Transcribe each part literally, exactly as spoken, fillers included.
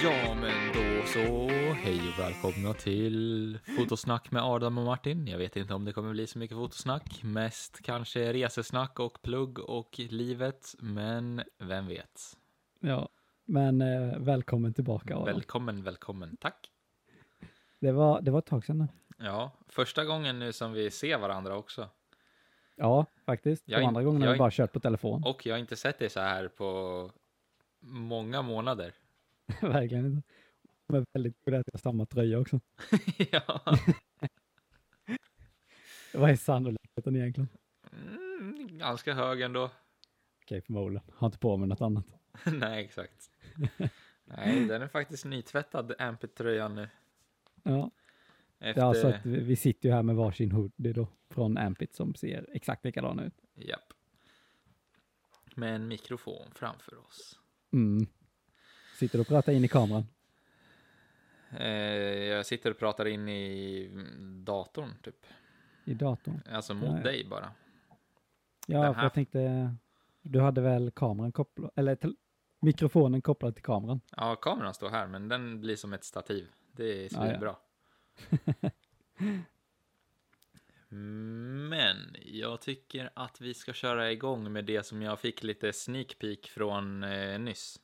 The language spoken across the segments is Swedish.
Ja, men då så, hej och välkomna till Fotosnack med Adam och Martin. Jag vet inte om det kommer bli så mycket fotosnack, mest kanske resesnack och plugg och livet, men vem vet. Ja, men eh, välkommen tillbaka, Adam. Välkommen, välkommen, tack. Det var, det var ett tag sedan nu. Ja, första gången nu som vi ser varandra också. Ja, faktiskt. Jag De in- andra gångerna jag har vi in- bara kört på telefon. Och jag har inte sett dig så här på många månader. Verkligen inte. Men väldigt god att jag har samma tröja också. Ja. Vad är sannolikheten egentligen? Mm, ganska hög ändå. Okej, förmodligen. Har inte på mig något annat. Nej, exakt. Nej, den är faktiskt nytvättad, Ampit-tröjan nu. Ja, Efter... ja så att vi, vi sitter ju här med varsin hoodie då från Ampit som ser exakt likadan ut. Japp. Med en mikrofon framför oss. Mm. Sitter du och pratar in i kameran? Eh, jag sitter och pratar in i datorn typ. I datorn? Alltså mot Ja, ja. dig bara. Ja, Den för här- jag tänkte, du hade väl kameran kopplad, eller tel- mikrofonen kopplad till kameran? Ja, kameran står här, men den blir som ett stativ. Det är Ja, ja. svinbra. Men jag tycker att vi ska köra igång med det som jag fick lite sneak peek från eh, nyss.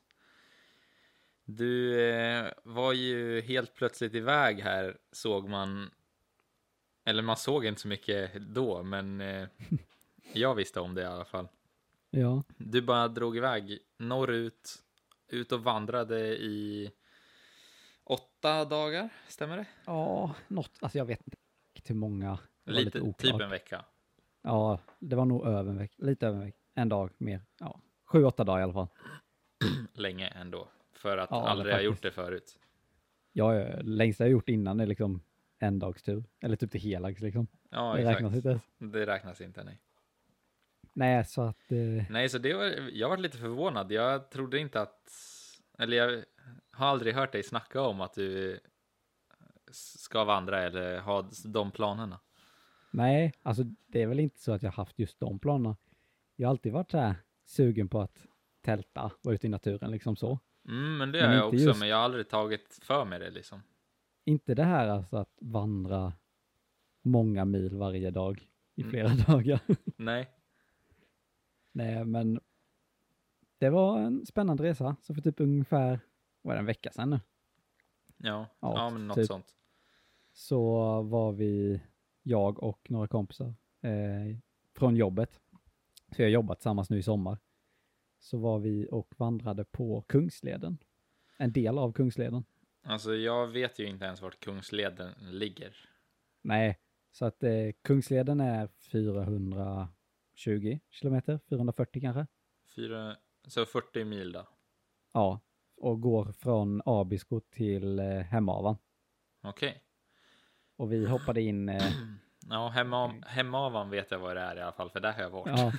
Du eh, var ju helt plötsligt iväg här, såg man. Eller man såg inte så mycket då, men eh, jag visste om det i alla fall. Ja. Du bara drog iväg norrut, ut och vandrade i åtta dagar, stämmer det? Ja, något, alltså jag vet inte hur många. Det var Lite, lite oklart. typ en vecka. Ja, det var nog över en vecka, lite över en vecka, en dag mer. Ja, sju, åtta dagar i alla fall. Länge ändå, för att Ja, aldrig men ha gjort faktiskt. det förut. Ja, ja, längst jag har gjort innan är liksom en dags tur. Eller typ till helags liksom. Ja, det exakt. räknas inte ens. Det räknas inte, nej. Nej, så att... Eh, Nej, så det var, jag var lite förvånad. Jag trodde inte att, eller jag har aldrig hört dig snacka om att du ska vandra eller ha de planerna. nej, alltså det är väl inte så att jag haft just de planerna. Jag har alltid varit så här sugen på att tälta, vara ute i naturen liksom så. Mm, men det Men har jag inte också, just- men jag har aldrig tagit för mig det liksom. Inte det här alltså att vandra många mil varje dag i Mm. flera dagar. Nej. Nej, men det var en spännande resa. Så för typ ungefär, vad är det, en vecka sedan nu? Ja, Ja, ja men något typ. sånt. Så var vi, jag och några kompisar eh, från jobbet. Så jag har jobbat tillsammans nu i sommar. Så var vi och vandrade på Kungsleden. En del av Kungsleden. Alltså jag vet ju inte ens vart Kungsleden ligger. Nej, så att eh, Kungsleden är fyrahundratjugo kilometer, fyrahundrafyrtio kanske. Fyra, så fyrtio mil då. Ja, och går från Abisko till eh, Hemavan. Okej. Och vi hoppade in... Eh, Ja, hemma, hemavan vet jag vad det är i alla fall, för där har jag varit. ja.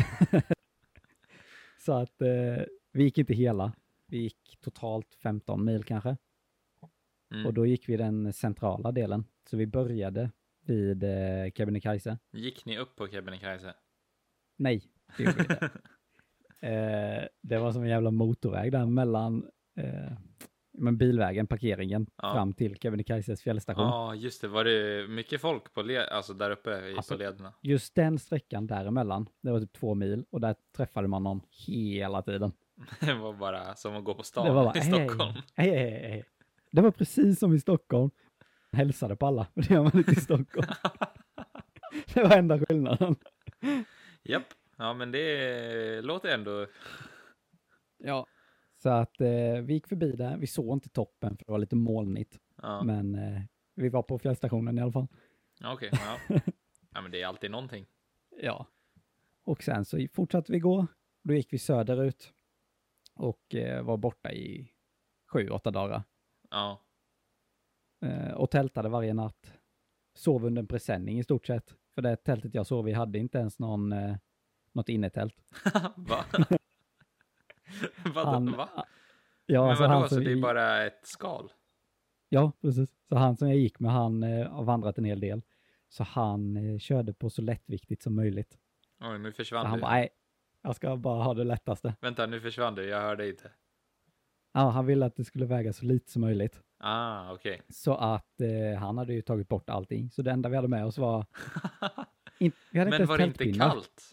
Så att eh, vi gick inte hela. Vi gick totalt femton mil kanske. Mm. Och då gick vi den centrala delen. Så vi började vid eh, Kebnekaise. Gick ni upp på Kebnekaise? Nej, det gjorde vi inte. eh, det var som en jävla motorväg där mellan eh, men bilvägen, parkeringen, Ja. fram till Kebnekaises fjällstation. Ja, just det. Var det mycket folk på led, alltså där uppe i Alltså, på lederna? Just den sträckan däremellan, det var typ två mil. Och där träffade man någon hela tiden. Det var bara som att gå på stan Det var bara, i hej, Stockholm. Hej, hej, hej. Det var precis som i Stockholm. Hälsade på alla, och det gör man inte i Stockholm. Det var enda skillnaden. Japp. Ja, men det låter ändå... Ja. Så att eh, vi gick förbi där. Vi såg inte toppen för det var lite molnigt. Ja, Men eh, vi var på fjällstationen i alla fall. okej. Ja. Ja, men det är alltid någonting. Ja. Och sen så fortsatte vi gå. Då gick vi söderut. Och eh, var borta i sju, åtta dagar. Ja. Eh, och tältade varje natt. Sov under en presenning i stort sett. För det tältet jag sov i hade inte ens någon, eh, något innetält. Va? Vadå? Han- Va? Ja, Men alltså vadå, han så som det är i- bara ett skal? Ja, precis. Så han som jag gick med, han eh, har vandrat en hel del. Så han eh, körde på så lättviktigt som möjligt. Oj, nu Så försvann han du. bara, nej, jag ska bara ha det lättaste. Vänta, nu försvann du. Jag hörde inte. Ja, han ville att det skulle väga så lite som möjligt. Ah, okej. Okay. Så att eh, han hade ju tagit bort allting. Så det enda vi hade med oss var... in, vi hade Men inte var det inte kallt?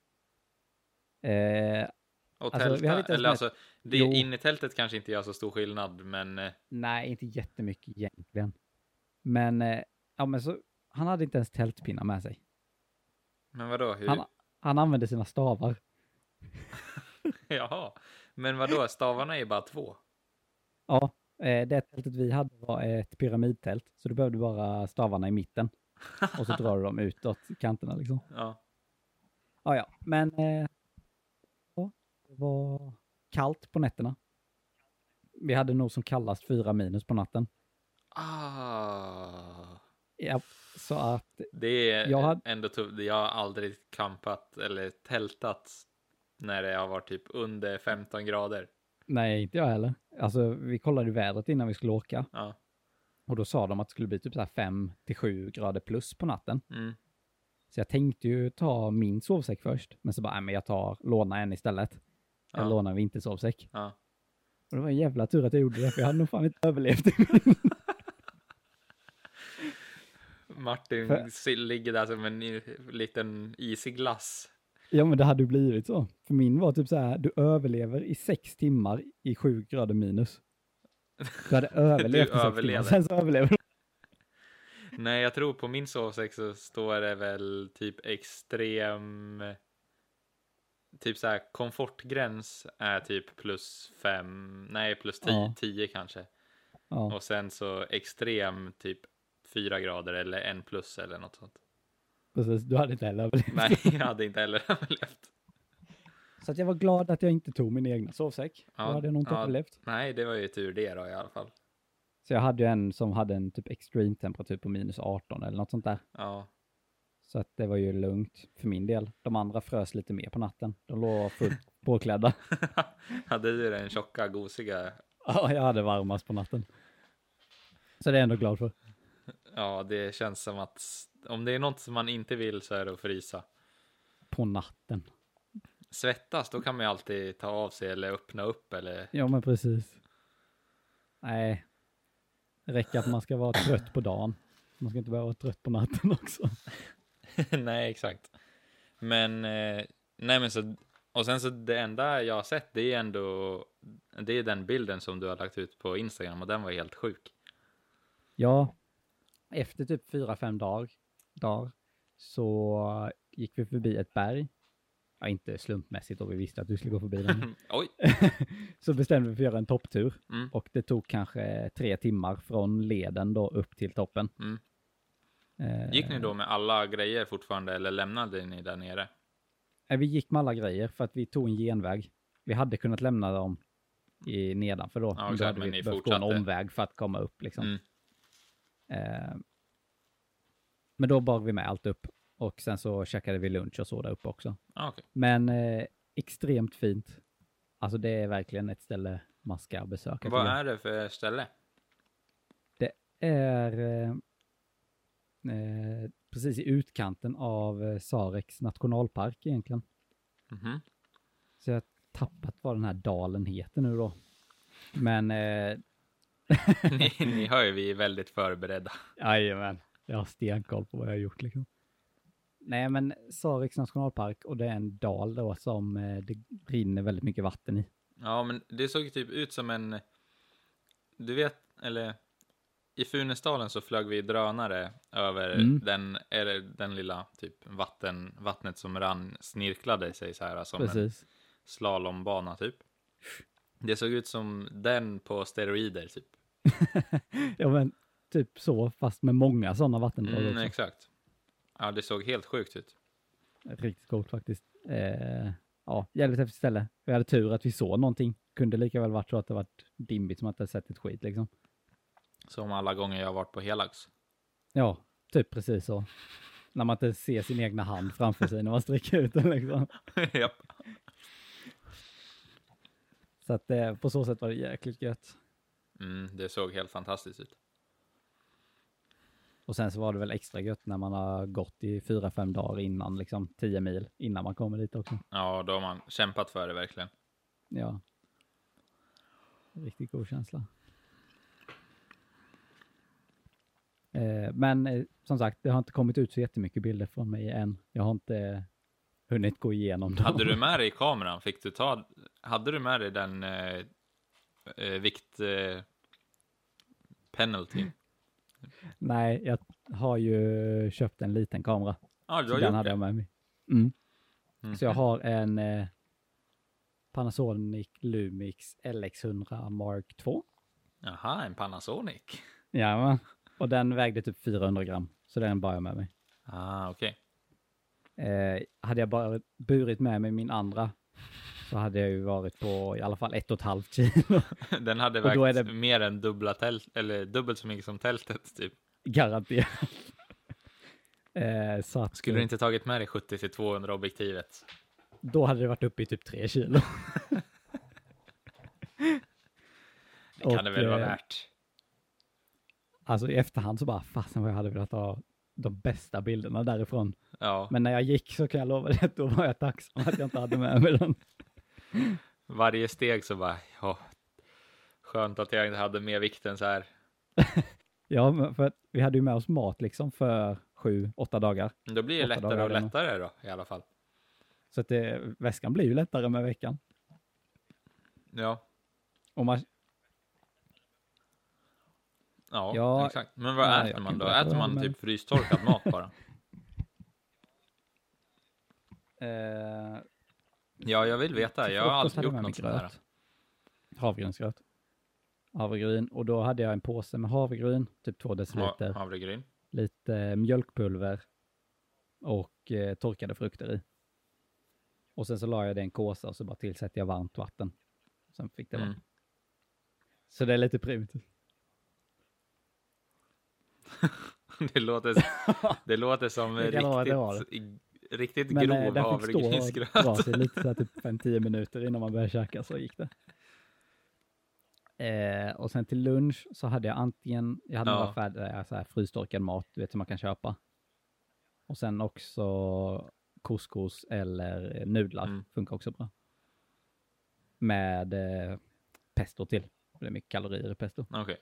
Eh, Och alltså, tälta, vi hade inte ens eller med... alltså, det, Jo. in i tältet kanske inte gör så stor skillnad, men... eh, Nej, inte jättemycket egentligen. Men, eh, ja men så, han hade inte ens tältpinnar med sig. Men vadå? Hur? Han, han använde sina stavar. Jaha, men vadå? Stavarna är ju bara två. Ja, eh, det tältet vi hade var ett pyramidtält. Så du behövde bara stavarna i mitten. Och så drar du dem utåt kanterna liksom. Ja. Ja, ja. Men eh, ja, det var kallt på nätterna. Vi hade nog som kallast fyra minus på natten. Ah. Ja, så att... Det är jag hade... ändå tufft. Jag har aldrig campat eller tältat när det har varit typ under femton grader. Nej, inte jag heller. Alltså, vi kollade vädret innan vi skulle åka. Ja. Och då sa de att det skulle bli typ så här fem till sju grader plus på natten. Mm. Så jag tänkte ju ta min sovsäck först. Men så bara, nej men jag tar, låna en istället. Jag Ja. lånar en vintersovsäck. Ja. Och det var en jävla tur att jag gjorde det, för jag hade nog fan inte överlevt. Martin För... ligger där som en liten isig glass. Ja, men det hade ju blivit så. För min var typ så här, du överlever i sex timmar i sju grader minus. Du hade överlevt Du i sex överlever. timmar, sen så överlever du. Nej, jag tror på min sovsäck så står det väl typ extrem... Typ så här, komfortgräns är typ plus fem, nej plus tio, Ja. tio kanske. Ja, Och sen så extrem typ fyra grader eller en plus eller något sånt. precis. Du hade inte heller överlevt. Nej, jag hade inte heller överlevt. Så att jag var glad att jag inte tog min egna sovsäck. Ja, Då hade jag nog inte ja. överlevt. Nej, det var ju tur det då i alla fall. Så jag hade ju en som hade en typ extreme temperatur på minus arton eller något sånt där. Ja. Så att det var ju lugnt för min del. De andra frös lite mer på natten. De låg fullt påklädda. Hade du den tjocka, gosiga? Ja, jag hade varmast på natten. Så det är jag ändå glad för. Ja, det känns som att om det är något som man inte vill så är det att frysa. På natten. Svettas, då kan man ju alltid ta av sig eller öppna upp eller... Ja, men precis. Nej. Det räcker att man ska vara trött på dagen. Man ska inte behöva vara trött på natten också. Nej, exakt. Men, eh, nej men så, och sen så det enda jag har sett, det är ändå, det är den bilden som du har lagt ut på Instagram och den var helt sjuk. Ja, efter typ fyra, fem dagar, dagar så gick vi förbi ett berg. Ja, inte slumpmässigt och vi visste att du skulle gå förbi den. Oj. Så bestämde vi för att göra en topptur. Mm. Och det tog kanske tre timmar från leden då upp till toppen. Mm. Eh, Gick ni då med alla grejer fortfarande eller lämnade ni där nere? Eh, vi gick med alla grejer för att vi tog en genväg. Vi hade kunnat lämna dem i nedanför då. Ja, men då exakt, hade men vi ni behövt gå en fortsatte. omväg för att komma upp liksom. Mm. Eh, men då bar vi med allt upp. Och sen så käkade vi lunch och så där uppe också. Ah, okay. Men eh, extremt fint. Alltså det är verkligen ett ställe man ska besöka. Vad är det för ställe? Det är eh, eh, precis i utkanten av eh, Sareks nationalpark egentligen. Mm-hmm. Så jag har tappat vad den här dalen heter nu då. Men... Eh, ni, ni hör ju, vi är väldigt förberedda. Jajamän, jag har stenkoll på vad jag har gjort liksom. Nej, men Sareks nationalpark och det är en dal då som eh, det rinner väldigt mycket vatten i. Ja, men det såg typ ut som en... Du vet, eller... I Funäsdalen så flög vi drönare över Mm. den, eller den lilla typ vatten, vattnet som rann, snirklade sig så här som Precis. en slalombana typ. Det såg ut som den på steroider typ. Ja, men typ så, fast med många sådana vattendrag Mm, också. exakt. Ja, det såg helt sjukt ut. Riktigt coolt faktiskt. Eh, ja, jävligt häftigt ställe. Vi hade tur att vi såg någonting. Kunde lika väl varit så att det varit dimbigt som att det sett ett skit liksom. Som alla gånger jag har varit på Helax. Ja, typ precis så. När man inte ser sin egna hand framför sig när man sträcker ut den liksom. Japp. Så att eh, på så sätt var det jäkligt gött. Mm, det såg helt fantastiskt ut. Och sen så var det väl extra gött när man har gått i fyra, fem dagar innan, liksom tio mil innan man kommer dit också. Ja, då har man kämpat för det verkligen. Ja. Riktigt god känsla. Eh, men eh, som sagt, det har inte kommit ut så jättemycket bilder från mig än. Jag har inte hunnit gå igenom dem. Hade du med dig kameran? Fick du ta... Hade du med dig den eh, eh, vikt... Eh, penalty? Nej, jag har ju köpt en liten kamera. Ja, du så har den gjort hade det. jag med mig. Mm. Mm. Så jag har en eh, Panasonic Lumix L X hundra Mark två. Jaha, en Panasonic. Ja, men. Och den vägde typ fyrahundra gram. Så den bar jag med mig. Ah, okej. Eh, hade jag bara burit med mig min andra så hade jag ju varit på i alla fall ett och ett halvt kilo. Den hade Och då vägt är det- mer än dubbla tält, eller dubbelt så mycket som tältet, typ. Garanterat. eh, så att, Skulle du inte tagit med dig sjuttio till tvåhundra objektivet? Då hade det varit uppe i typ tre kilo. Det kan Och, det väl vara eh, värt. Alltså i efterhand så bara, fasen vad jag hade velat ha de bästa bilderna därifrån. Ja, Men när jag gick så kan jag lova dig att då var jag tacksam att jag inte hade med mig den. varje steg så bara, ja, skönt att jag inte hade mer vikten så här. Ja, men för att vi hade ju med oss mat liksom för sju, åtta dagar. Då blir det Åtta lättare dagar och eller lättare då, i alla fall. Så att det, väskan blir ju lättare med veckan. Ja, Och man, ja, Ja, exakt. Men vad nej, äter jag man kan då? berätta Äter vad man jag har, typ frystorkad mat bara? eh, Ja, jag vill veta. till Jag har frukost aldrig hade jag gjort med mig något sånt här. gröt. Havregrynsgröt. Havregryn. Och då hade jag en påse med havregryn, typ två deciliter. Ha, havregryn. Lite mjölkpulver och eh, torkade frukter i. Och sen så la jag det i en kåsa och så bara tillsätter jag varmt vatten. Sen fick det vara. Mm. Så det är lite primitivt. Det låter, det låter som Det kan vara det var riktigt, riktigt Men eh, grov den fick stå och havregrynsgröt. dra sig lite så här typ fem till tio minuter innan man började käka, så gick det. Eh, och sen till lunch så hade jag antingen, jag hade Ja. några färdiga så här frystorkad mat, du vet som man kan köpa. Och sen också couscous eller nudlar, Mm. funkar också bra. Med eh, pesto till. Det är mycket kalorier i pesto. Okej.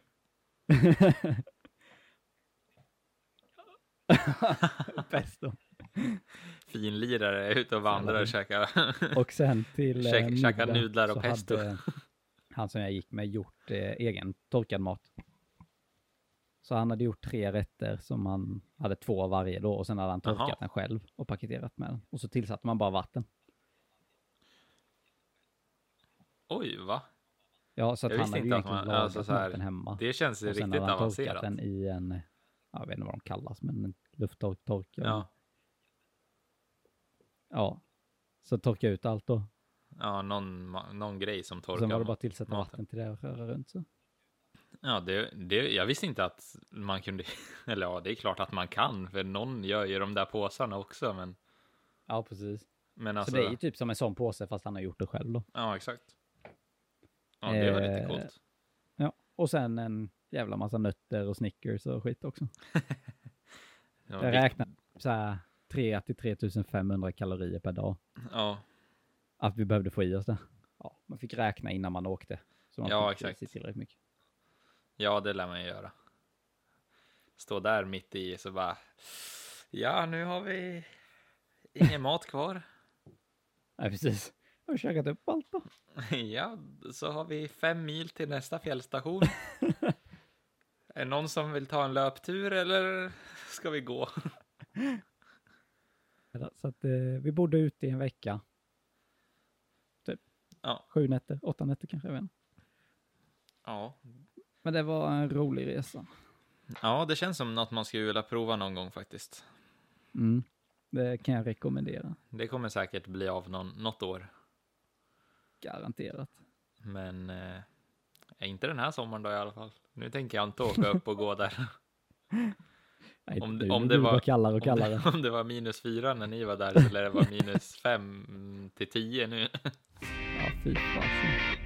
Pesto. Finlirare är ute och vandrar och käkar. Och sen till eh, Käka- käka middag nudlar och så pesto. hade han som jag gick med gjort eh, egen torkad mat. Så han hade gjort tre rätter som han hade två av varje då, och sen hade han torkat Jaha. den själv och paketerat med den. Och så tillsatte man bara vatten. Oj, va? Ja, så att Jag han visste hade inte ju att man- egentligen lagat alltså så här, maten hemma. Det känns Och sen riktigt hade han torkat avancerat. den i en, jag vet inte vad de kallas, men en lufttork. Ja. Ja. Så torka ut allt då. Ja, någon, ma- någon grej som Och torkar. sen var det bara att tillsätta maten. vatten till det och röra runt så. Ja, det, det, jag visste inte att man kunde, eller ja, det är klart att man kan, för någon gör ju de där påsarna också, men, Ja, precis. men alltså, Så det är ju typ som en sån påse fast han har gjort det själv då. ja, exakt. Ja, det var lite Eh, coolt. Ja, och sen en jävla massa nötter och Snickers och skit också. Ja, Jag det- räknar så här tre till tre tusen femhundra kalorier per dag. Ja, Att vi behövde få i oss det. Ja, man fick räkna innan man åkte. Så man Ja, fick i exakt. sig tillräckligt mycket. ja, det lär man ju göra. Stå där mitt i så bara, ja, nu har vi ingen mat kvar. Nej, precis. Jag har käkat upp allt då. Ja, så har vi fem mil till nästa fjällstation. Är det någon som vill ta en löptur eller ska vi gå? Så att eh, vi bodde ute i en vecka. Typ. Ja. Sju nätter, åtta nätter kanske, jag vet inte. Ja. Men det var en rolig resa. Ja, det känns som något man skulle vilja prova någon gång faktiskt. Mm. Det kan jag rekommendera. Det kommer säkert bli av någon, något år. Garanterat. Men eh, inte den här sommaren då i alla fall. Nu tänker jag inte åka upp och gå där. Nej, Om- nu om blir det var- bara kallare och Om kallare. det, om det var minus fyra när ni var där eller det var minus fem till tio nu. Ja, fy fasen.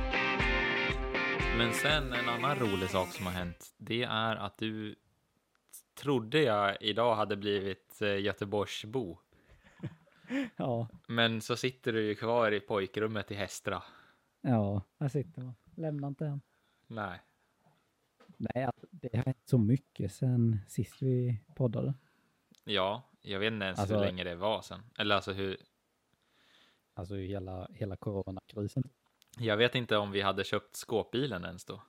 Men sen en annan rolig sak som har hänt, det är att du trodde jag idag hade blivit eh, Göteborgsbo. Ja, Men så sitter du ju kvar i pojkrummet i Hästra. ja, här sitter man. Lämna inte än. Nej. Nej, alltså, det har hänt så mycket sen sist vi poddade. Ja, jag vet inte ens Alltså- hur länge det var sen. Eller alltså hur... Alltså hela, hela coronakrisen. Jag vet inte om vi hade köpt skåpbilen ens då.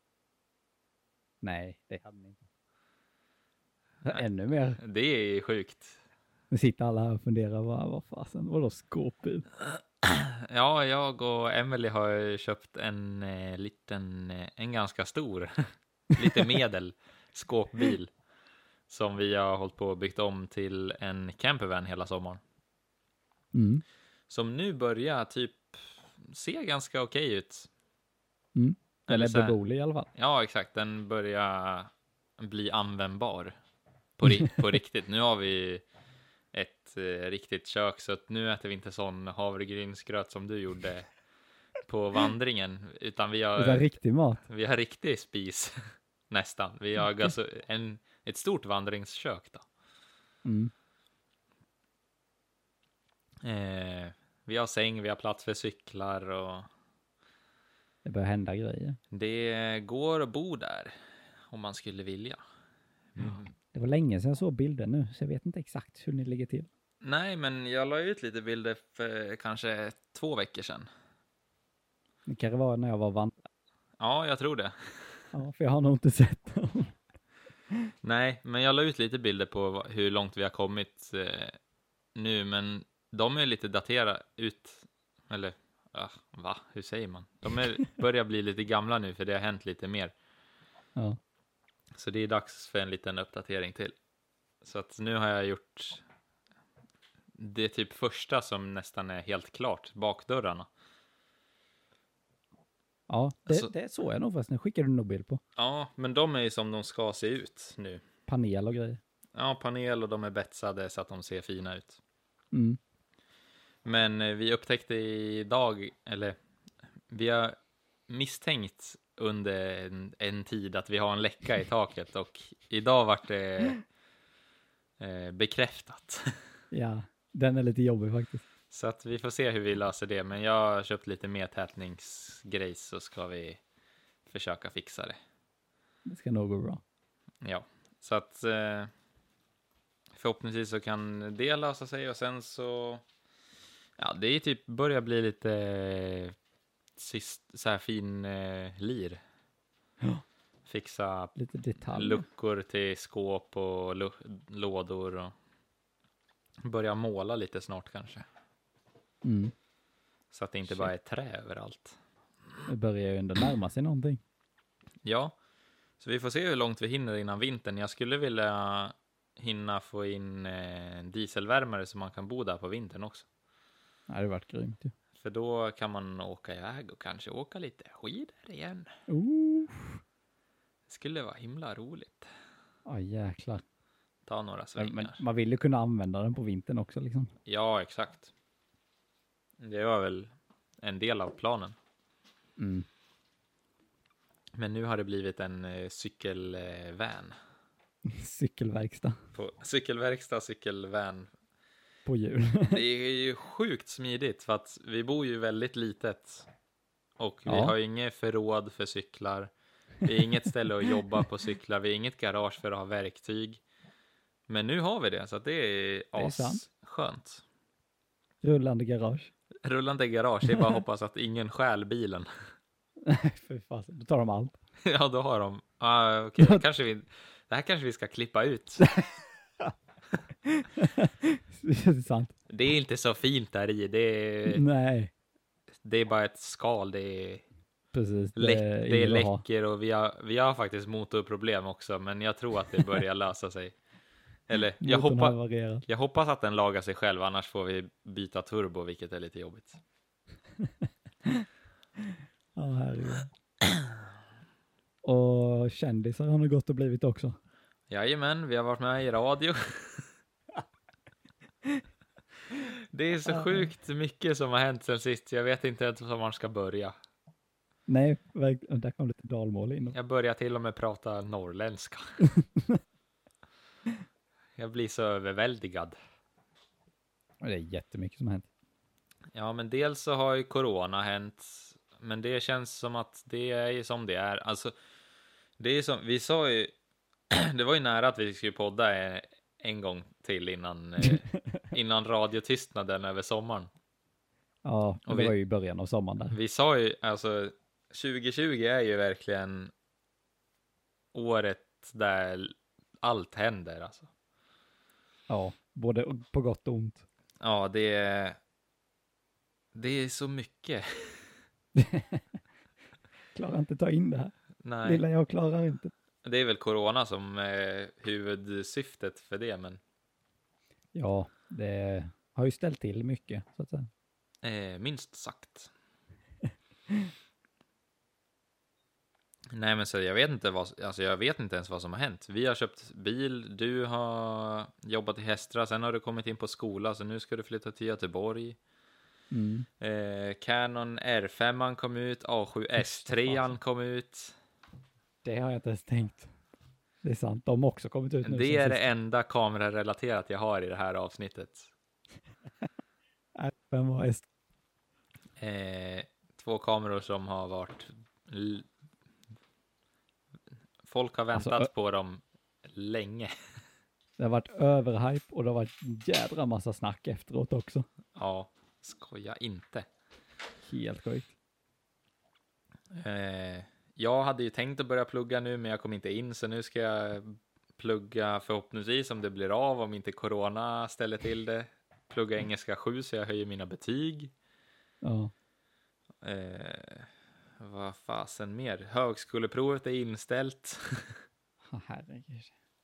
Nej, det hade ni inte. Nej. Ännu mer. Det är sjukt. Nu sitter alla här och funderar, vad, vad fasen, vadå skåpbil? Ja, jag och Emily har ju köpt en eh, liten, eh, en ganska stor, lite medel skåpbil. Som vi har hållit på och byggt om till en campervan hela sommaren. Mm. Som nu börjar typ se ganska okej ut. Mm. Den Eller är så här- beboelig i alla fall. Ja, exakt. Den börjar bli användbar på, ri- på riktigt. Nu har vi ett eh, riktigt kök, så att nu äter vi inte sån havregrynsgröt som du gjorde på vandringen, utan vi Det är har, riktig mat. vi har riktig spis nästan. Vi har alltså en, ett stort vandringskök då. Mm. Eh, vi har säng, vi har plats för cyklar och Det börjar hända grejer. det går att bo där om man skulle vilja. Mm. Det var länge sedan jag såg bilder nu, så jag vet inte exakt hur ni ligger till. Nej, men jag la ut lite bilder för kanske två veckor sedan. Det kanske var när jag var vandrare. Ja, jag tror det. Ja, för jag har nog inte sett dem. Nej, men jag la ut lite bilder på vad- hur långt vi har kommit eh, nu, men de är lite daterade ut, eller ja, va, hur säger man? De är, börjar bli lite gamla nu, för det har hänt lite mer. Ja. Så det är dags för en liten uppdatering till. Så att nu har jag gjort det typ första som nästan är helt klart, bakdörrarna. Ja, det, Alltså- det såg jag nog förresten. Det skickade du nog bild på. Ja, men de är ju som de ska se ut nu. Panel och grejer. Ja, panel och de är betsade så att de ser fina ut. Mm. Men eh, vi upptäckte idag, eller vi har misstänkt under en, en tid att vi har en läcka i taket, och idag vart det eh, bekräftat. Ja, den är lite jobbig faktiskt. Så att vi får se hur vi löser det, men jag har köpt lite mer tätningsgrejs, så ska vi försöka fixa det. Det ska nog gå bra. Ja, så att eh, förhoppningsvis så kan det lösa sig, och sen så ja, det är typ börjar bli lite eh, sist, så här fin eh, lir. Ja. Fixa Lite detaljer. luckor till skåp och lu- lådor och börja måla lite snart kanske. Mm. Så att det inte Shit. bara är trä överallt. Det börjar ju ändå närma sig någonting. Ja, så vi får se hur långt vi hinner innan vintern. Jag skulle vilja hinna få in eh, en dieselvärmare så man kan bo där på vintern också. Det hade varit grymt ju. För då kan man åka iväg och kanske åka lite skidor igen. Oh. Det skulle vara himla roligt. Ja, jäklar. Ta några Men, svängar. men man vill ju kunna använda den på vintern också liksom. Ja, exakt. Det var väl en del av planen. Mm. Men nu har det blivit en eh, cykelvan. Cykelverkstad På cykelverkstad, cykelvan. på jul. Det är ju sjukt smidigt, för att vi bor ju väldigt litet. Och vi Ja. har ju inget förråd för cyklar. Vi har inget ställe att jobba på cyklar. Vi har inget garage för att ha verktyg. Men nu har vi det, så att det är Det är sant. asskönt. Rullande garage. Rullande garage, det är bara att hoppas att ingen stjäl bilen. Nej, för fan. Då tar de allt. Ja, då har de. Ah, okej, kanske vi... Det här kanske vi ska klippa ut. Det är sant. Det är inte så fint där i. Det är, Nej, det är bara ett skal. Det är, precis. Det läck, är, det är illa att ha. läcker, och vi har, vi har faktiskt motorproblem också. Men jag tror att det börjar lösa sig. Eller jag, Motorn har hoppa, havererat. jag hoppas att den lagar sig själv. Annars får vi byta turbo, vilket är lite jobbigt. Ja, herregud. Och kändisar har nu gått och blivit också. Jajamän, vi har varit med i radio. Det är så Ja. sjukt mycket som har hänt sen sist. Jag vet inte ens var man ska börja. Nej, verk- där kom lite dalmål in. Jag börjar till och med prata norrländska. Jag blir så överväldigad. Och det är jättemycket som har hänt. Ja, men dels så har ju corona hänt, men det känns som att det är ju som det är. Alltså, det är som, vi sa ju, det var ju nära att vi skulle podda en gång till innan, innan radiotystnaden över sommaren. Ja, och det vi, var ju i början av sommaren där. Vi sa ju, alltså, tjugo tjugo är ju verkligen året där allt händer, alltså. Ja, både på gott och ont. Ja, det är, det är så mycket. Klarar inte ta in det här. Nej. Lilla jag klarar inte. Det är väl corona som är huvudsyftet för det, men... Ja, det har ju ställt till mycket, så att säga. Eh, minst sagt. Nej, men så jag vet inte vad, alltså jag vet inte ens vad som har hänt. Vi har köpt bil, du har jobbat i Hästra, sen har du kommit in på skola, så nu ska du flytta till Göteborg. Mm. Eh, Canon R fem kom ut, A sju S tre kom ut. Det har jag inte ens tänkt. Det är sant, de har också kommit ut nu. Det är det enda kamerarelaterat jag har i det här avsnittet. R fem och S. Eh, två kameror som har varit... L- Folk har väntat alltså, på dem länge. Det har varit överhype och det har varit en jädra massa snack efteråt också. Ja, skoja inte. Helt sjukt. Eh, jag hade ju tänkt att börja plugga nu, men jag kom inte in, så nu ska jag plugga förhoppningsvis om det blir av, om inte corona ställer till det. Plugga engelska sju så jag höjer mina betyg. Ja. Eh, vad fasen mer? Högskoleprovet är inställt. Oh, herregud.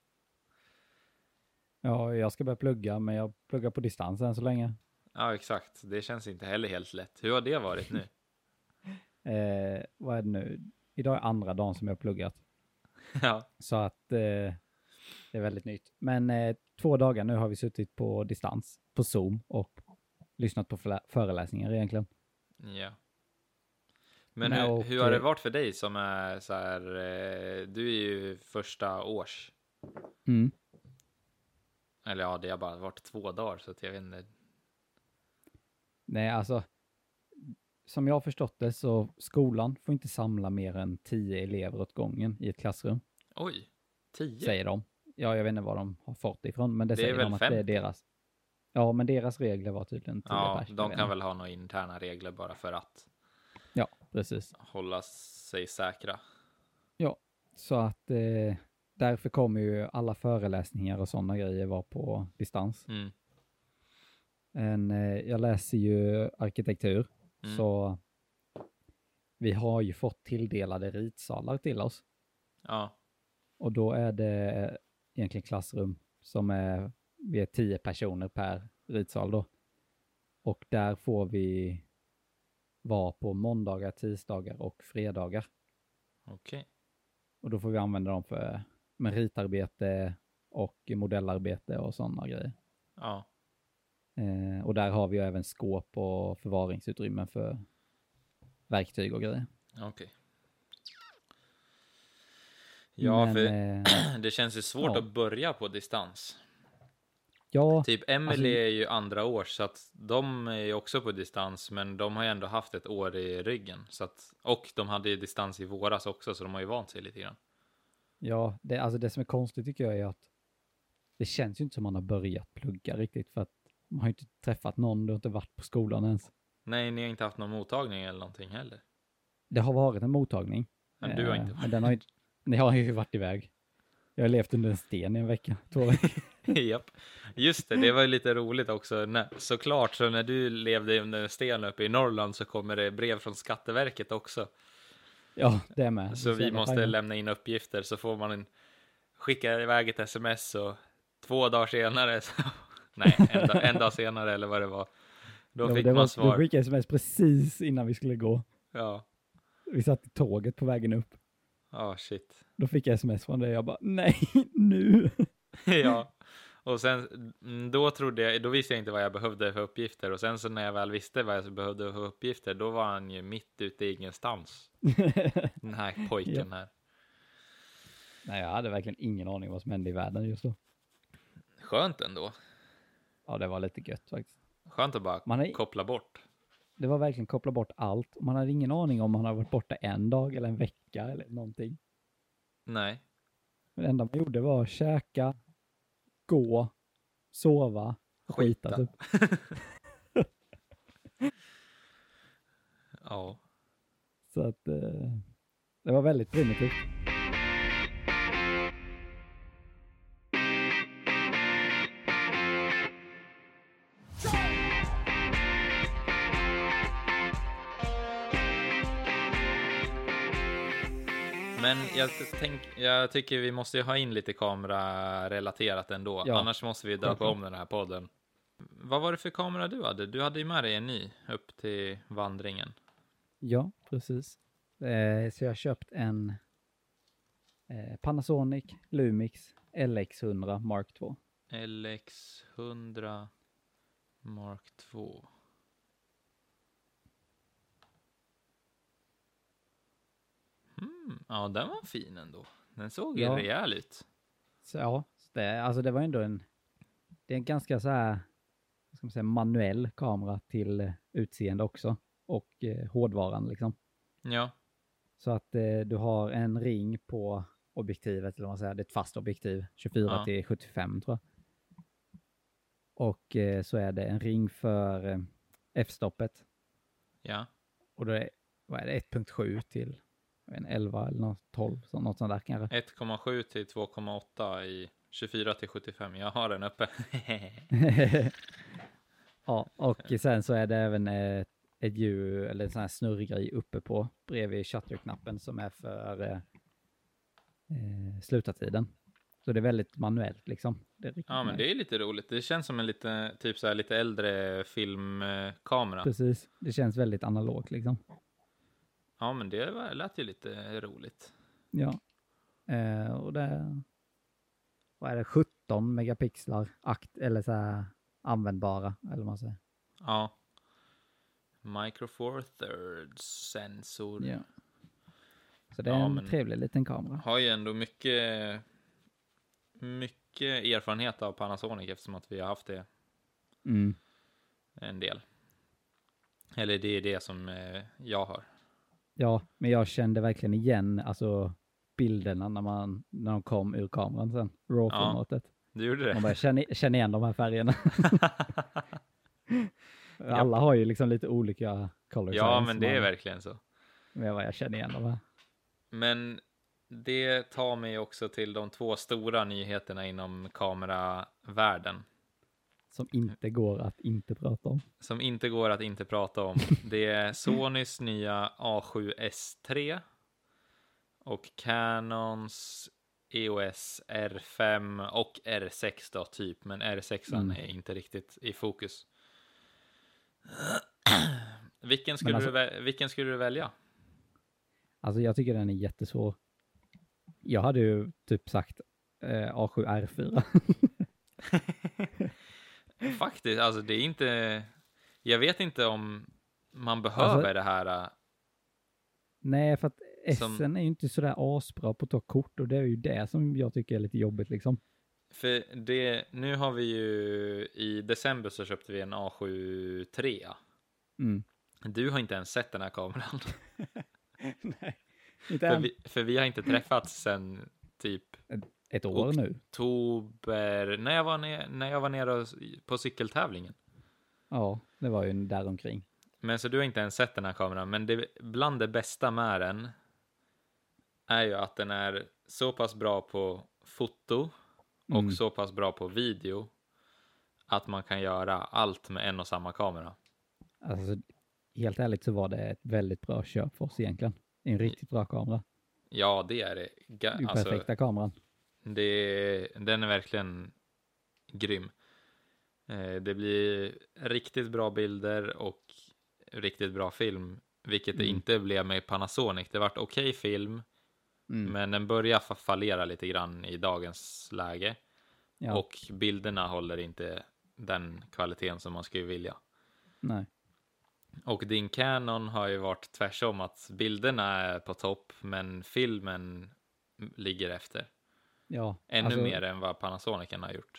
Ja, jag ska börja plugga, men jag pluggar på distans än så länge. Ja, exakt. Det känns inte heller helt lätt. Hur har det varit nu? Eh, vad är det nu? Idag är andra dagen som jag har pluggat. Ja. Så att eh, det är väldigt nytt. Men eh, två dagar nu har vi suttit på distans, på Zoom och lyssnat på förlä- föreläsningar egentligen. Ja. Men Nej, hur, och, hur har det varit för dig som är så här, eh, du är ju första års. Mm. Eller ja, det har bara varit två dagar så att jag vet inte. Nej, alltså som jag har förstått det så skolan får inte samla mer än tio elever åt gången i ett klassrum. Oj, tio? Säger de. Ja, jag vet inte var de har fått det ifrån, men det, Det är säger väl de att femtio? det är deras. Ja, men deras regler var tydligen tio Ja, pers, jag de vet kan inte. väl ha några interna regler bara för att Ja, precis. hålla sig säkra. Ja, så att eh, därför kommer ju alla föreläsningar och sådana grejer vara på distans. Mm. En, eh, jag läser ju arkitektur, Mm. så vi har ju fått tilldelade ritsalar till oss. Ja, Och då är det egentligen klassrum som är, vi är tio personer per ritsal då. Och där får vi vara på måndagar, tisdagar och fredagar. okej. Och då får vi använda dem för med ritarbete och modellarbete och sådana grejer. Ja, Eh, och där har vi ju även skåp och förvaringsutrymmen för verktyg och grejer. okej. Ja, Men, för eh, det känns ju svårt ja. att börja på distans. ja, Typ Emily alltså- är ju andra år, så att de är ju också på distans, men de har ju ändå haft ett år i ryggen. Så att, och de hade ju distans i våras också, så de har ju vant sig lite grann. ja det, alltså det som är konstigt tycker jag är att det känns ju inte som man har börjat plugga riktigt, för att man har ju inte träffat någon, du har inte varit på skolan ens. Nej, ni har inte haft någon mottagning eller någonting heller. Det har varit en mottagning. Men du har inte eh, varit. Men den har ju, ni har ju varit iväg. Jag har levt under en sten i en vecka, två veckor. Japp. Just det, det var ju lite roligt också. När, såklart, så när du levde under en sten uppe i Norrland så kommer det brev från Skatteverket också. Ja, det är med. Så Det är vi jävla måste fint. lämna in uppgifter, så får man en, skicka iväg ett sms och två dagar senare, så, nej, en, dag, en dag senare eller vad det var, då Ja, fick det man var, svar. Du skickade sms precis innan vi skulle gå. Ja, Vi satt i tåget på vägen upp. ja, shit. Då fick jag sms från dig. Jag bara, nej, nu. Ja, och sen mm, då trodde jag, då visste jag inte vad jag behövde för uppgifter, och sen så när jag väl visste vad jag behövde för uppgifter, då var han ju mitt ute i ingenstans, den här pojken här. Nej, jag hade verkligen ingen aning vad som hände i världen just då. Skönt ändå. Ja, det var lite gött faktiskt. Skönt att bara Man är... koppla bort. Det var verkligen koppla bort allt. Man hade ingen aning om man hade varit borta en dag eller en vecka eller någonting. Nej. Men det enda man gjorde var att käka, gå, sova och skita. Typ. Ja. Så att eh, det var väldigt primitivt. Men jag, tänk, jag tycker vi måste ju ha in lite kamerarelaterat ändå. Ja, annars måste vi dra på om den här podden. Vad var det för kamera du hade? Du hade ju med dig en ny upp till vandringen. Ja, precis. Eh, så jag har köpt en eh, Panasonic Lumix L X hundra Mark två. L X hundra Mark två. Mm, ja, den var fin ändå. Den såg ju ja. rejäl ut. Så, ja, det, alltså det var ändå en, det är en ganska så här, vad ska man säga, manuell kamera till utseende också. Och eh, hårdvaran liksom. Ja. Så att eh, du har en ring på objektivet, eller vad man säger, det är ett fast objektiv, tjugofyra till sjuttiofem tror jag. Och eh, så är det en ring för eh, f-stoppet. Ja. Och då är, vad är det, ett komma sju till en elva eller något, tolv, så något sånt där kanske. ett komma sju till två komma åtta i tjugofyra till sjuttiofem. Jag har den uppe. Ja, och sen så är det även ett, ett ljud eller en sån här snurrgrej uppe på bredvid shutterknappen som är för eh, eh, slutartiden. Så det är väldigt manuellt liksom. Det är ja, men det är lite roligt. Det känns som en lite, typ så här, lite äldre filmkamera. Precis, det känns väldigt analogt liksom. Ja, men det var, lät ju lite roligt. Ja, eh, och det, vad är det, sjutton megapixlar akt, eller så här användbara, eller vad man säger. Ja. Micro Four Thirds sensor. Ja. Så det är ja, en trevlig liten kamera. Har ju ändå mycket mycket erfarenhet av Panasonic eftersom att vi har haft det mm. en del. Eller det är det som eh, jag har. Ja, men jag kände verkligen igen alltså bilderna när man när de kom ur kameran sen. RAW-formatet. Ja, du gjorde det. Man bara känner, känner igen de här färgerna. Alla har ju liksom lite olika color ja, men det man, är verkligen så. Men jag, bara, jag känner igen de här. Men det tar mig också till de två stora nyheterna inom kameravärlden. Som inte går att inte prata om. Som inte går att inte prata om. Det är Sonys nya A sju S tre och Canons E O S R fem och R sex då typ. Men R sex mm. är inte riktigt i fokus. vilken, skulle alltså, du, vilken skulle du välja? Alltså jag tycker den är jättesvår. Jag hade ju typ sagt eh, A sju R fyra. Faktiskt, alltså det är inte... Jag vet inte om man behöver alltså, det här... Nej, för att som, S N är ju inte sådär asbra på att ta kort och det är ju det som jag tycker är lite jobbigt liksom. För det, nu har vi ju... I december så köpte vi en A sju tre. Mm. Du har inte ens sett den här kameran. Nej, inte för, än. vi, för vi har inte träffats sen typ... Ett, ett år oktober, nu. Oktober, när jag var nere, när jag var nere på cykeltävlingen. Ja, det var ju där omkring. Men så du har inte ens sett den här kameran. Men det, bland det bästa med den är ju att den är så pass bra på foto och mm. så pass bra på video att man kan göra allt med en och samma kamera. Alltså, helt ärligt så var det ett väldigt bra köp för oss egentligen. En riktigt bra kamera. Ja, det är det. Ga- det är alltså, perfekta kameran. Det, den är verkligen grym. Eh, det blir riktigt bra bilder och riktigt bra film. Vilket mm. det inte blev med Panasonic. Det vart okej okay film. Mm. Men den börjar fallera lite grann i dagens läge. Ja. Och bilderna håller inte den kvaliteten som man skulle vilja. Nej. Och din Canon har ju varit tvärsom att bilderna är på topp men filmen ligger efter. Ja, Ännu alltså, mer än vad Panasonicen har gjort.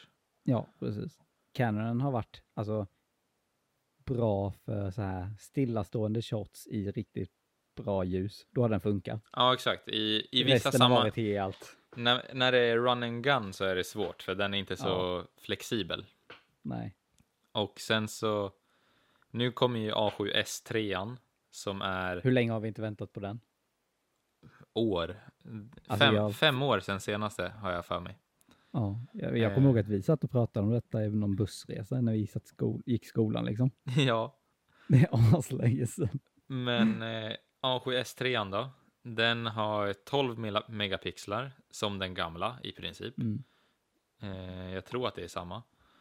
Ja, precis. Canon har varit alltså bra för så här stillastående shots i riktigt bra ljus. Då har den funkat. Ja, exakt. I, i vissa Resten samma... har varit helt... När, när det är run and gun så är det svårt, för den är inte så Ja. flexibel. Nej. Och sen så... Nu kommer ju A sju S tre som är Hur länge har vi inte väntat på den? år. Alltså, Fem, jag- fem år sedan senaste har jag för mig. Ja, jag, jag kommer Eh. ihåg att vi satt och pratade om detta även någon bussresa när vi satt skol, gick skolan liksom. Ja, Det är aslänge sedan. men eh, A sju S tre då, den har tolv mela- megapixlar som den gamla i princip. Mm. Eh, jag tror att det är samma.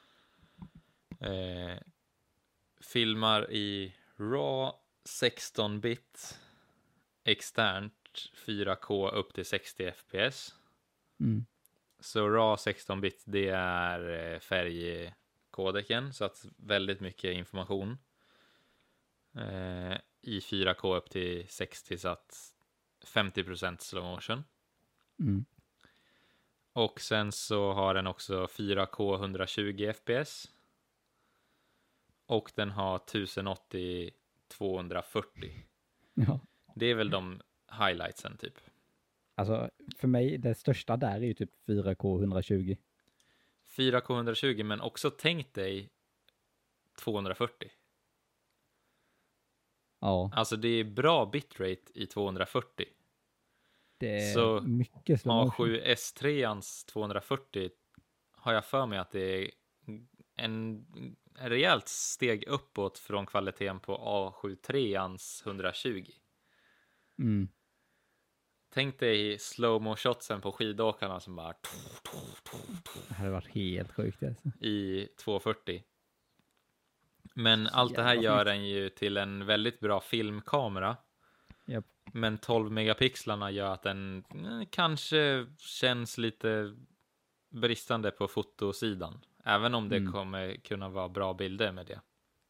Eh, filmar i RAW sexton bit externt fyra K upp till sextio F P S. Mm. Så RAW sexton bit, det är eh, färgkodeken, så att väldigt mycket information. Eh, I fyra K upp till sextio, så att femtio procent slow motion. Mm. Och sen så har den också fyra K etthundratjugo F P S. Och den har tusen åttio tvåhundrafyrtio. Ja. Det är väl de highlightsen typ. Alltså för mig, det största där är ju typ fyra K etthundratjugo. fyra K etthundratjugo, men också tänk dig tvåhundrafyrtio. Ja, Alltså det är bra bitrate i tvåhundrafyrtio. det är Så mycket slow A motion. sju S treans tvåhundrafyrtio har jag för mig att det är en rejält steg uppåt från kvaliteten på A sju treans etthundratjugo. Mm. Tänk dig slow-mo shotsen på skidåkarna som bara Det hade varit helt sjukt alltså. i tvåhundrafyrtio. Men Så allt det här jävla gör snyggt. den ju till en väldigt bra filmkamera. Japp. Men tolv megapixlarna gör att den eh, kanske känns lite bristande på fotosidan. Även om det Mm. kommer kunna vara bra bilder med det.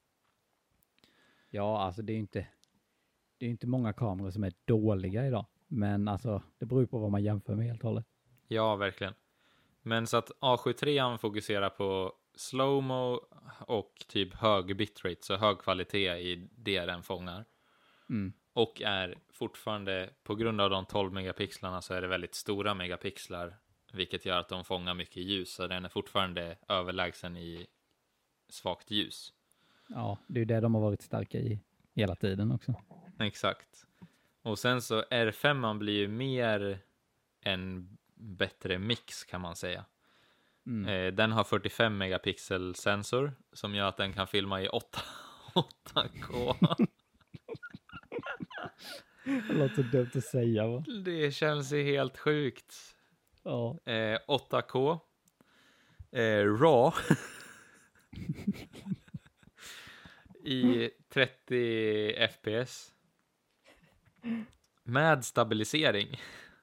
Ja, alltså det är ju inte, det är ju inte många kameror som är dåliga idag. Men alltså, det beror ju på vad man jämför med helt och hållet. Ja, verkligen. Men så att A sju tre fokuserar på slow-mo och typ hög bitrate, så hög kvalitet i det den fångar. Mm. Och är fortfarande, på grund av de tolv megapixlarna, så är det väldigt stora megapixlar, vilket gör att de fångar mycket ljus, så den är fortfarande överlägsen i svagt ljus. Ja, det är ju det de har varit starka i hela tiden också. Exakt. Och sen så R fem blir ju mer en bättre mix, kan man säga. Mm. Eh, den har fyrtiofem megapixel sensor som gör att den kan filma i åtta K. Det låter så dumt att säga, va? Det känns ju helt sjukt. Ja. Eh, åtta K. Eh, RAW. I trettio F P S. Med stabilisering.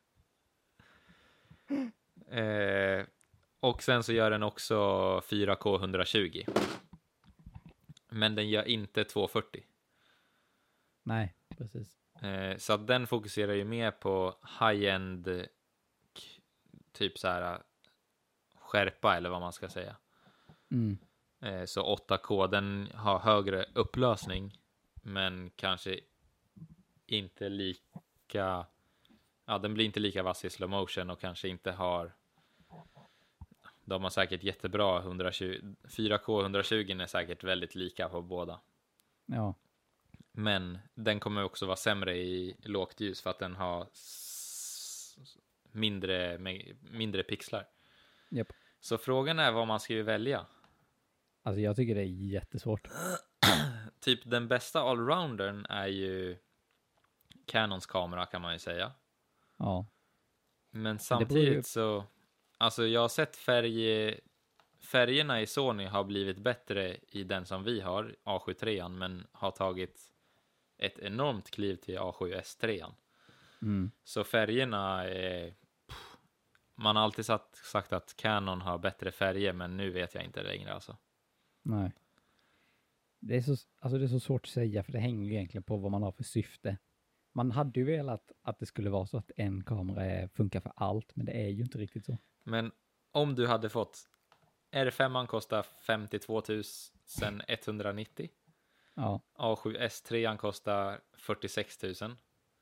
Eh, och sen så gör den också fyra K etthundratjugo. Men den gör inte tvåhundrafyrtio. Nej, precis. Eh, så att den fokuserar ju mer på high-end k- typ så här skärpa, eller vad man ska säga. Mm. Eh, så åtta K, den har högre upplösning, men kanske inte lika, ja, den blir inte lika vass i slow motion och kanske inte har, de har säkert jättebra etthundratjugo, fyra K etthundratjugo är säkert väldigt lika på båda. Ja. Men den kommer också vara sämre i lågt ljus för att den har s- mindre, me- mindre pixlar. Japp. Så frågan är vad man ska ju välja. Alltså jag tycker det är jättesvårt. Typ den bästa allroundern är ju Canons kamera, kan man ju säga. Ja. Men beror samtidigt ju- så, alltså jag har sett färg, färgerna i Sony har blivit bättre i den som vi har, A sju tre, men har tagit ett enormt kliv till A sju S tre. Mm. Så färgerna är, pff, man har alltid sagt, sagt att Canon har bättre färger, men nu vet jag inte längre alltså. Nej. Det är, så, alltså det är så svårt att säga, för det hänger ju egentligen på vad man har för syfte. Man hade ju velat att det skulle vara så att en kamera är, funkar för allt, men det är ju inte riktigt så. Men om du hade fått R fem kostar femtiotvå tusen etthundranittio. Ja. A sju S tre kostar fyrtiosex tusen.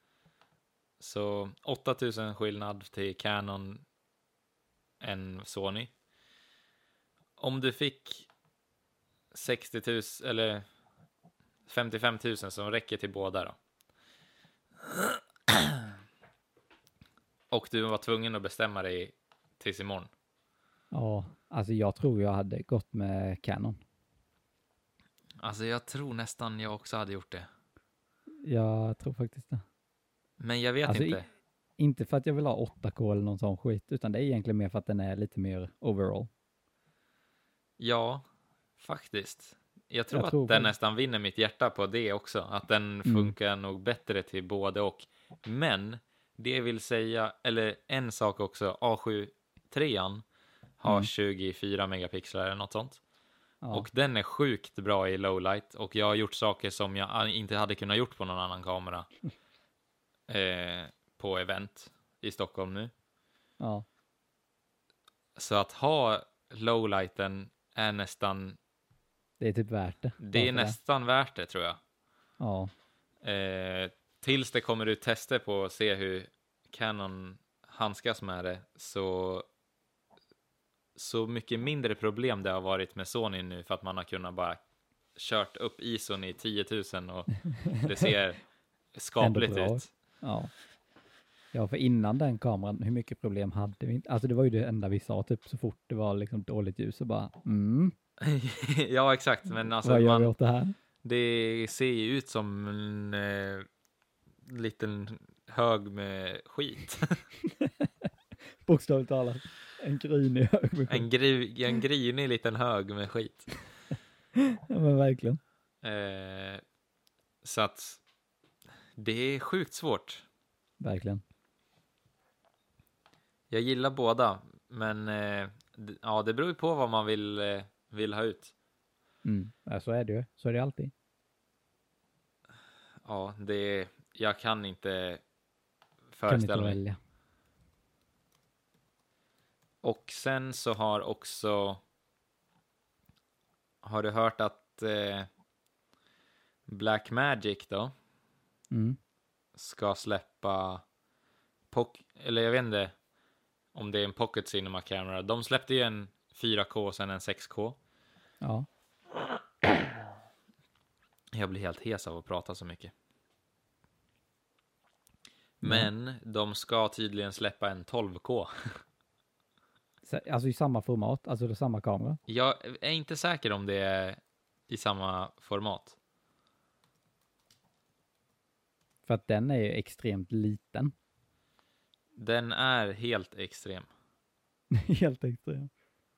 Så åtta tusen skillnad till Canon än Sony. Om du fick sextio tusen eller femtiofem tusen som räcker till båda då. Och du var tvungen att bestämma dig tills imorgon. Ja, alltså jag tror jag hade gått med Canon. Alltså jag tror nästan jag också hade gjort det. Jag tror faktiskt det. Men jag vet alltså inte. I, inte för att jag vill ha åtta K eller någon sån skit, utan det är egentligen mer för att den är lite mer overall. Ja, faktiskt. Jag tror Jag att tror den faktiskt. nästan vinner mitt hjärta på det också. Att den funkar mm. nog bättre till både och. Men det vill säga, eller en sak också, A sju tre har mm. tjugofyra megapixlar eller något sånt. Ja. Och den är sjukt bra i lowlight. Och jag har gjort saker som jag inte hade kunnat gjort på någon annan kamera. eh, på event i Stockholm nu. Ja. Så att ha lowlighten är nästan... Det är typ värt det. Det är nästan det. värt det, tror jag. Ja. Eh, tills det kommer ut tester på att se hur Canon handskas med det, så så mycket mindre problem det har varit med Sony nu, för att man har kunnat bara kört upp I S O i tio tusen och det ser skapligt ut. Ja. Ja, för innan den kameran, hur mycket problem hade vi inte? Alltså det var ju det enda vi sa, typ så fort det var liksom dåligt ljus och bara mm. Ja, exakt. Men alltså, vad gör man, vi åt det här? Det ser ju ut som en eh, liten hög med skit. Bokstavligt talat. En grinig hög med skit. En, gri, en grinig liten hög med skit. Ja, men verkligen. Eh, så att det är sjukt svårt. Verkligen. Jag gillar båda, men eh, d- ja, det beror ju på vad man vill, eh, vill ha ut. Mm. Ja, så är det ju. Så är det alltid. Ja, det, jag kan inte Kan föreställa inte mig. välja. Och sen så har också, har du hört att eh, Blackmagic då Mm. ska släppa poc- eller jag vet inte om det är en Pocket Cinema Camera. De släppte ju en fyra K och sen en sex K. Ja. Jag blir helt hes av att prata så mycket. Men mm. de ska tydligen släppa en tolv K. Alltså i samma format, alltså det är samma kamera. Jag är inte säker om det är i samma format. För att den är ju extremt liten. Den är helt extrem. Helt extrem.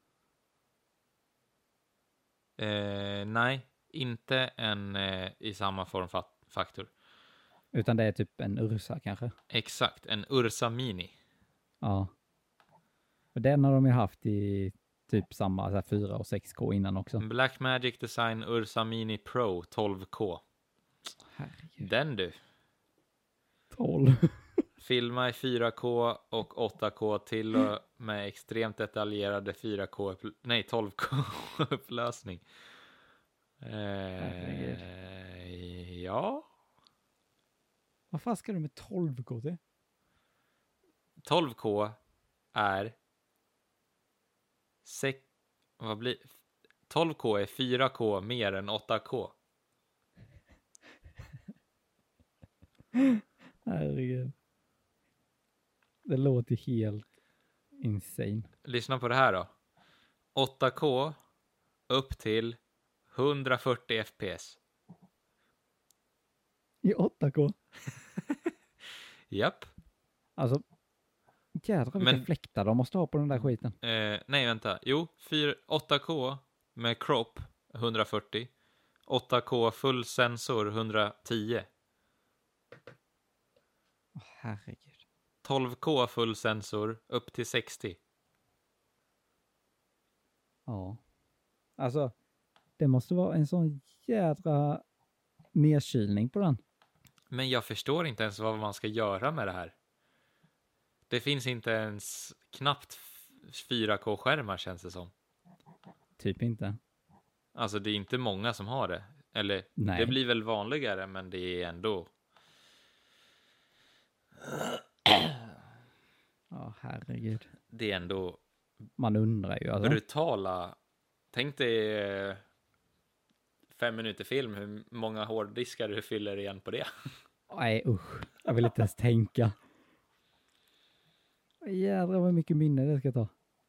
Eh, nej, inte en eh, i samma formfaktor. Utan det är typ en Ursa kanske. Exakt, en Ursa Mini. Ja. Och den har de ju haft i typ samma så här, fyra och sex K innan också. Blackmagic Design Ursa Mini Pro tolv K. Herregud. Den du. tolv. Filma i fyra K och åtta K till och med extremt detaljerade fyra K, nej tolv K upplösning. Eh, ja. Vad fan ska du med tolv K till? tolv K är sex, vad blir tolv K är fyra K mer än åtta K. Herregud. Det låter helt insane. Lyssna på det här då. åtta K upp till hundrafyrtio F P S. I åtta K? Japp. Alltså, jädrar vilka Men, fläktar de måste ha på den där skiten. Eh, nej, vänta. Jo, fyra, åtta K med crop hundrafyrtio. åtta K full sensor hundratio. Oh, herregud. tolv K full sensor upp till sextio. Ja. Alltså, det måste vara en sån jädra nedkylning på den. Men jag förstår inte ens vad man ska göra med det här. Det finns inte ens knappt fyra K-skärmar känns det som. typ inte. Alltså det är inte många som har det. Eller Nej. det blir väl vanligare, men det är ändå... Ja, herregud. Det är ändå Man undrar ju. Alltså. brutala... Tänk dig eh, fem minuter film, hur många hårddiskar du fyller igen på det. Nej, usch. Jag vill inte ens tänka. Jädrar vad mycket minne det ska ta.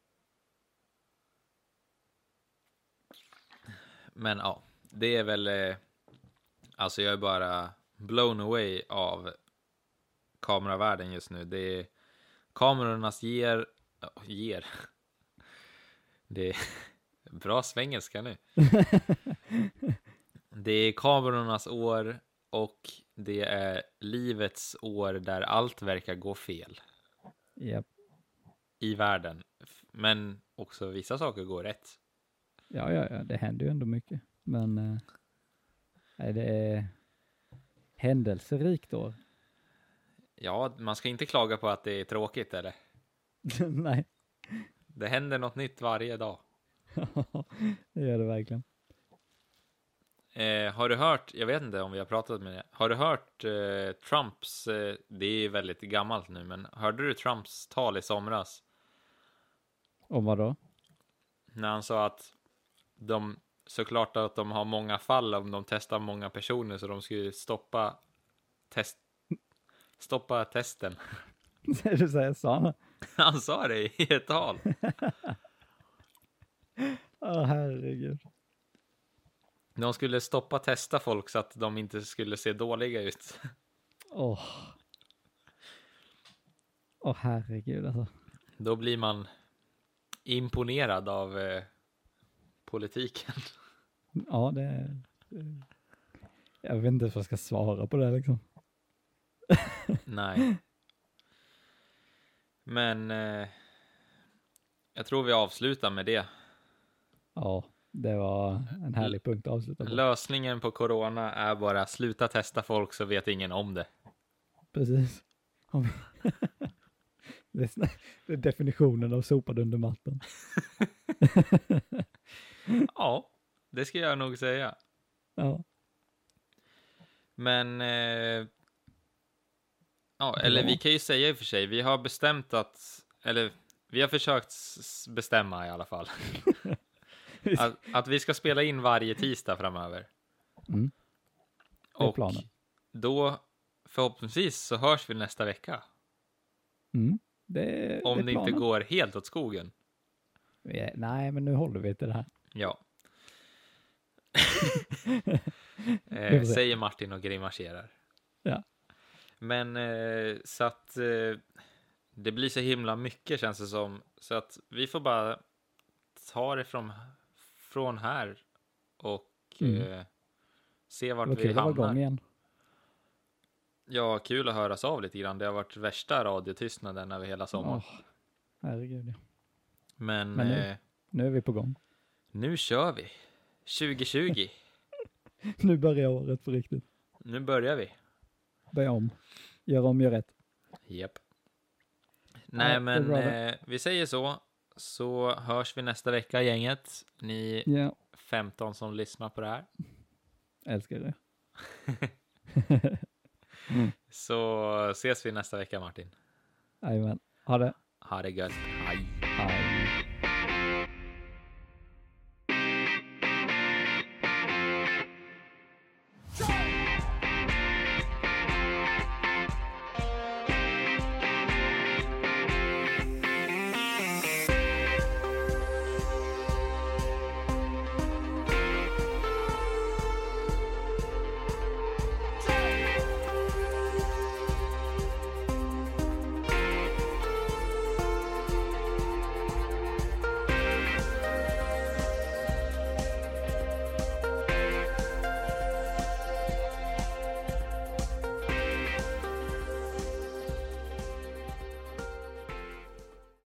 Men ja, det är väl... Eh, alltså jag är bara blown away av kameravärlden just nu. Det är kamerornas ger... Oh, ger. Det är bra svengelska nu. Det är kamerornas år och det är livets år där allt verkar gå fel. Yep. I världen. Men också vissa saker går rätt. Ja, ja, ja, det händer ju ändå mycket. Men eh, nej, det är händelserikt år. Ja, man ska inte klaga på att det är tråkigt, eller? Nej. Det händer något nytt varje dag. Det gör det verkligen. Eh, har du hört, jag vet inte om vi har pratat med det. Har du hört eh, Trumps, eh, det är väldigt gammalt nu, men hörde du Trumps tal i somras? Om vad då? När han sa att de, såklart att de har många fall om de testar många personer, så de skulle stoppa test, stoppa testen. Du säger sa han. Han sa det i ett tal. Åh, oh, herregud. De skulle stoppa testa folk så att de inte skulle se dåliga ut. Åh. Oh. Åh, oh, herregud alltså. Då blir man imponerad av eh, politiken. Ja, det, det... Jag vet inte vad jag ska svara på det liksom. Nej. Men eh, jag tror vi avslutar med det. Ja, det var en härlig punkt att avsluta på. Lösningen på corona är bara sluta testa folk så vet ingen om det. Precis. Det är definitionen av sopad under mattan. Ja, det ska jag nog säga. Ja. Men eh, ja, eller vi kan ju säga i och för sig, vi har bestämt att, eller vi har försökt bestämma i alla fall. att, att vi ska spela in varje tisdag framöver. Mm. Det är och planen. Då förhoppningsvis så hörs vi nästa vecka. Mm. Det, Om det, det inte går helt åt skogen. Ja, nej, men nu håller vi till det här. Ja. eh, säger Martin och grimaserar. Ja. Men eh, så att eh, det blir så himla mycket känns det som. Så att vi får bara ta det från, från här och mm. eh, se vart vi hamnar. Igång igen. Ja, kul att höras av lite grann. Det har varit värsta radiotystnaden över hela sommaren. Oh, herregud, ja. Men, Men nu, eh, nu är vi på gång. Nu kör vi. tjugo tjugo. Nu börjar året på riktigt. Nu börjar vi. Börja om. Gör om, gör rätt. Japp. Nej, ja, men eh, vi säger så. Så hörs vi nästa vecka, gänget. Ni ja. femton som lyssnar på det här. Älskar det. mm. Så ses vi nästa vecka, Martin. Jajamän. Ha det. Ha det gött. Hej. Hej.